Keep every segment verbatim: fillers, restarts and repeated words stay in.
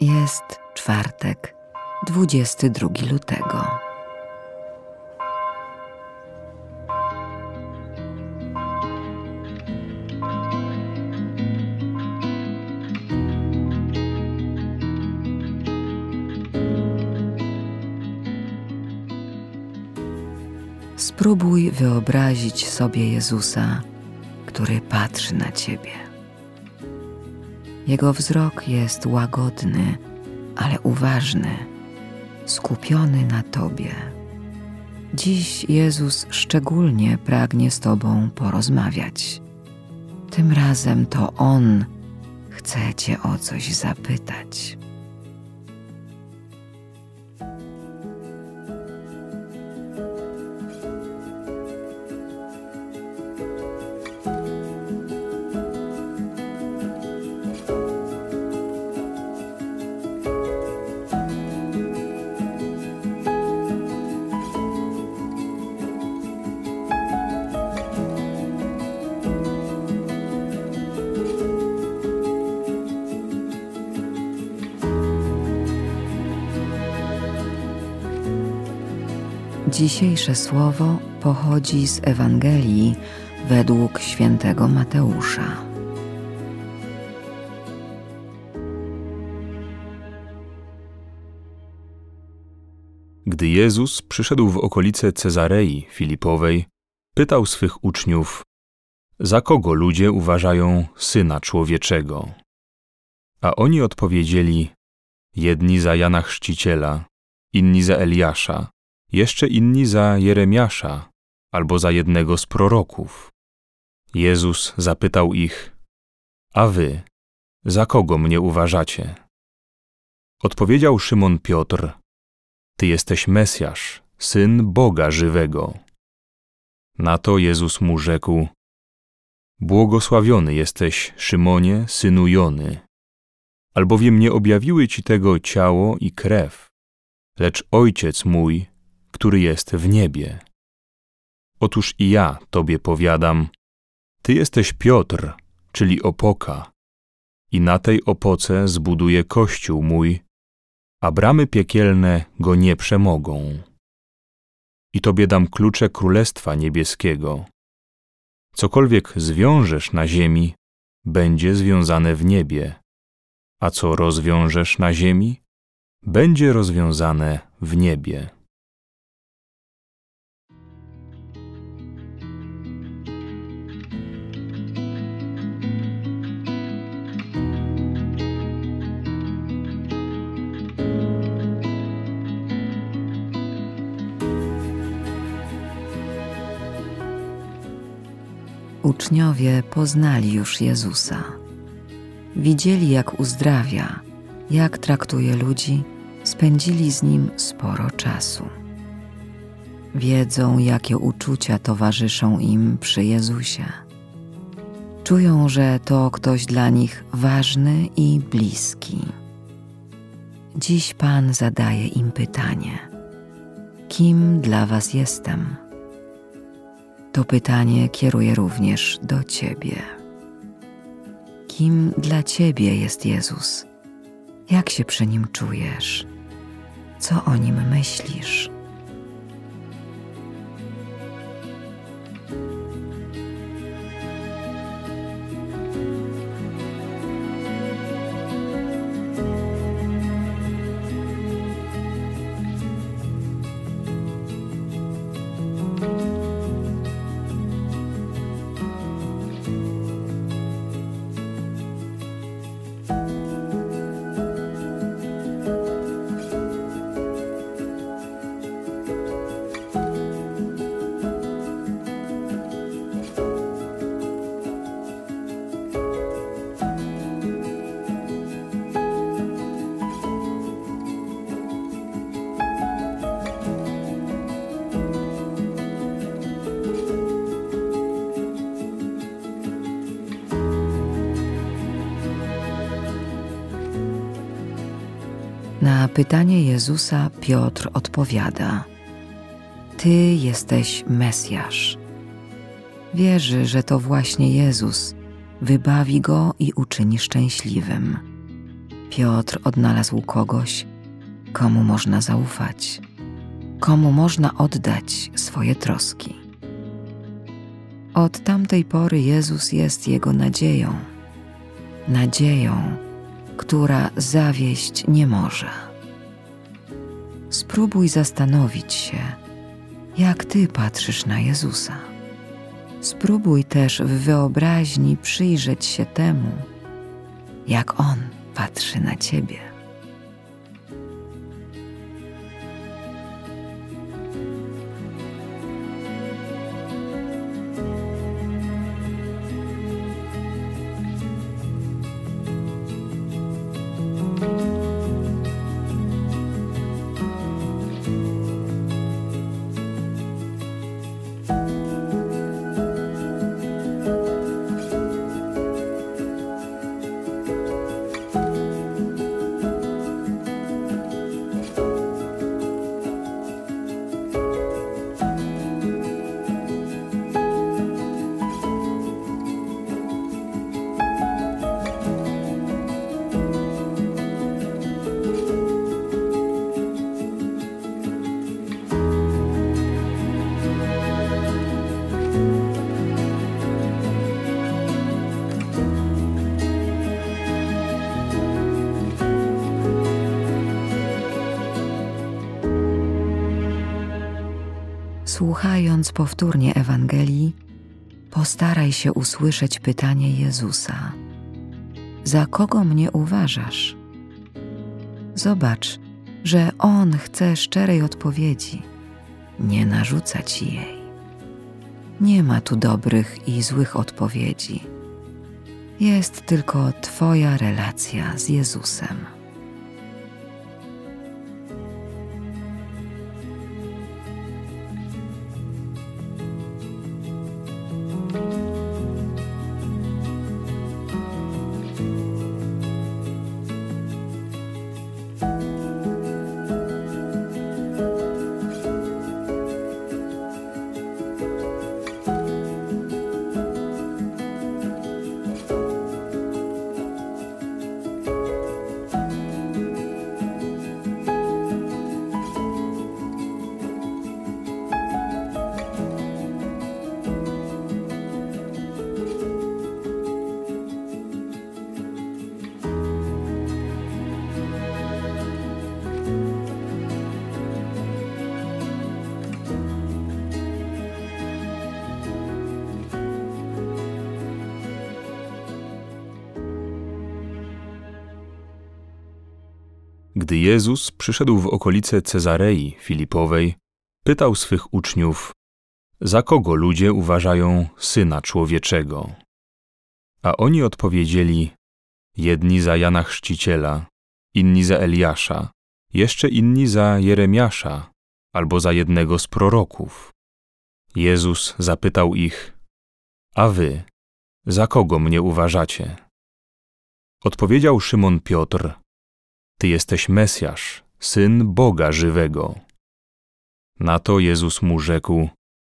Jest czwartek, dwudziestego drugiego lutego. Spróbuj wyobrazić sobie Jezusa, który patrzy na Ciebie. Jego wzrok jest łagodny, ale uważny, skupiony na Tobie. Dziś Jezus szczególnie pragnie z Tobą porozmawiać. Tym razem to On chce Cię o coś zapytać. Dzisiejsze słowo pochodzi z Ewangelii według świętego Mateusza. Gdy Jezus przyszedł w okolice Cezarei Filipowej, pytał swych uczniów: za kogo ludzie uważają Syna Człowieczego? A oni odpowiedzieli: jedni za Jana Chrzciciela, inni za Eliasza, jeszcze inni za Jeremiasza albo za jednego z proroków. Jezus zapytał ich: a wy, za kogo mnie uważacie? Odpowiedział Szymon Piotr: Ty jesteś Mesjasz, Syn Boga żywego. Na to Jezus mu rzekł: błogosławiony jesteś, Szymonie, synu Jony, albowiem nie objawiły ci tego ciało i krew, lecz Ojciec mój, który jest w niebie. Otóż i ja tobie powiadam, ty jesteś Piotr, czyli opoka, i na tej opoce zbuduję Kościół mój, a bramy piekielne go nie przemogą. I tobie dam klucze Królestwa Niebieskiego. Cokolwiek zwiążesz na ziemi, będzie związane w niebie, a co rozwiążesz na ziemi, będzie rozwiązane w niebie. Uczniowie poznali już Jezusa. Widzieli, jak uzdrawia, jak traktuje ludzi, spędzili z Nim sporo czasu. Wiedzą, jakie uczucia towarzyszą im przy Jezusie. Czują, że to ktoś dla nich ważny i bliski. Dziś Pan zadaje im pytanie: kim dla was jestem? To pytanie kieruję również do Ciebie. Kim dla Ciebie jest Jezus? Jak się przy Nim czujesz? Co o Nim myślisz? Na pytanie Jezusa Piotr odpowiada: Ty jesteś Mesjasz. Wierzy, że to właśnie Jezus wybawi go i uczyni szczęśliwym. Piotr odnalazł kogoś, komu można zaufać, komu można oddać swoje troski. Od tamtej pory Jezus jest jego nadzieją, nadzieją, która zawieść nie może. Spróbuj zastanowić się, jak ty patrzysz na Jezusa. Spróbuj też w wyobraźni przyjrzeć się temu, jak On patrzy na ciebie. Słuchając powtórnie Ewangelii, postaraj się usłyszeć pytanie Jezusa: za kogo mnie uważasz? Zobacz, że On chce szczerej odpowiedzi, nie narzuca ci jej. Nie ma tu dobrych i złych odpowiedzi. Jest tylko twoja relacja z Jezusem. Gdy Jezus przyszedł w okolice Cezarei Filipowej, pytał swych uczniów, za kogo ludzie uważają Syna Człowieczego? A oni odpowiedzieli, jedni za Jana Chrzciciela, inni za Eliasza, jeszcze inni za Jeremiasza albo za jednego z proroków. Jezus zapytał ich, a wy, za kogo mnie uważacie? Odpowiedział Szymon Piotr, Ty jesteś Mesjasz, Syn Boga żywego. Na to Jezus mu rzekł,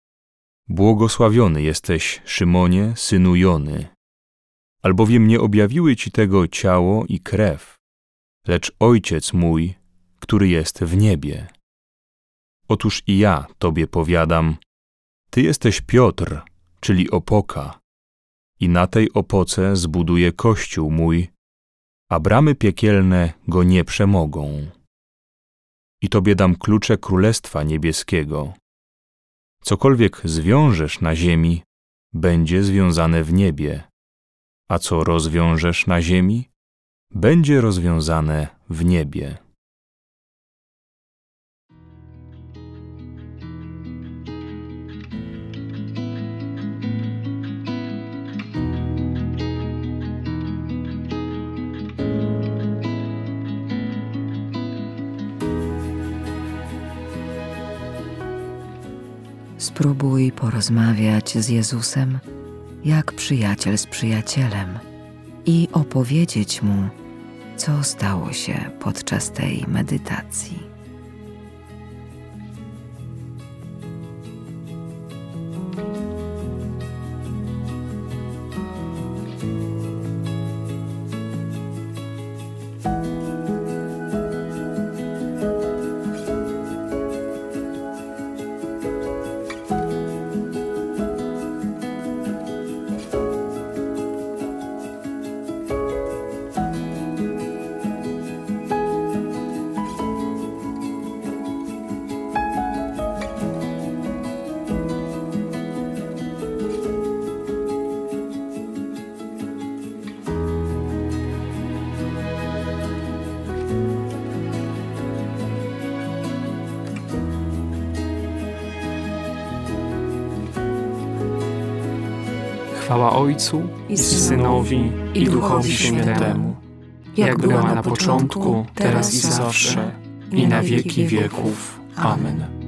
błogosławiony jesteś, Szymonie, synu Jony, albowiem nie objawiły ci tego ciało i krew, lecz Ojciec mój, który jest w niebie. Otóż i ja tobie powiadam, ty jesteś Piotr, czyli opoka, i na tej opoce zbuduję Kościół mój, a bramy piekielne go nie przemogą. I tobie dam klucze Królestwa Niebieskiego. Cokolwiek zwiążesz na ziemi, będzie związane w niebie, a co rozwiążesz na ziemi, będzie rozwiązane w niebie. Spróbuj porozmawiać z Jezusem jak przyjaciel z przyjacielem i opowiedzieć Mu, co stało się podczas tej medytacji. Chwała Ojcu i Synowi i Duchowi Świętemu, jak była na początku, teraz i zawsze, i na wieki wieków. Amen.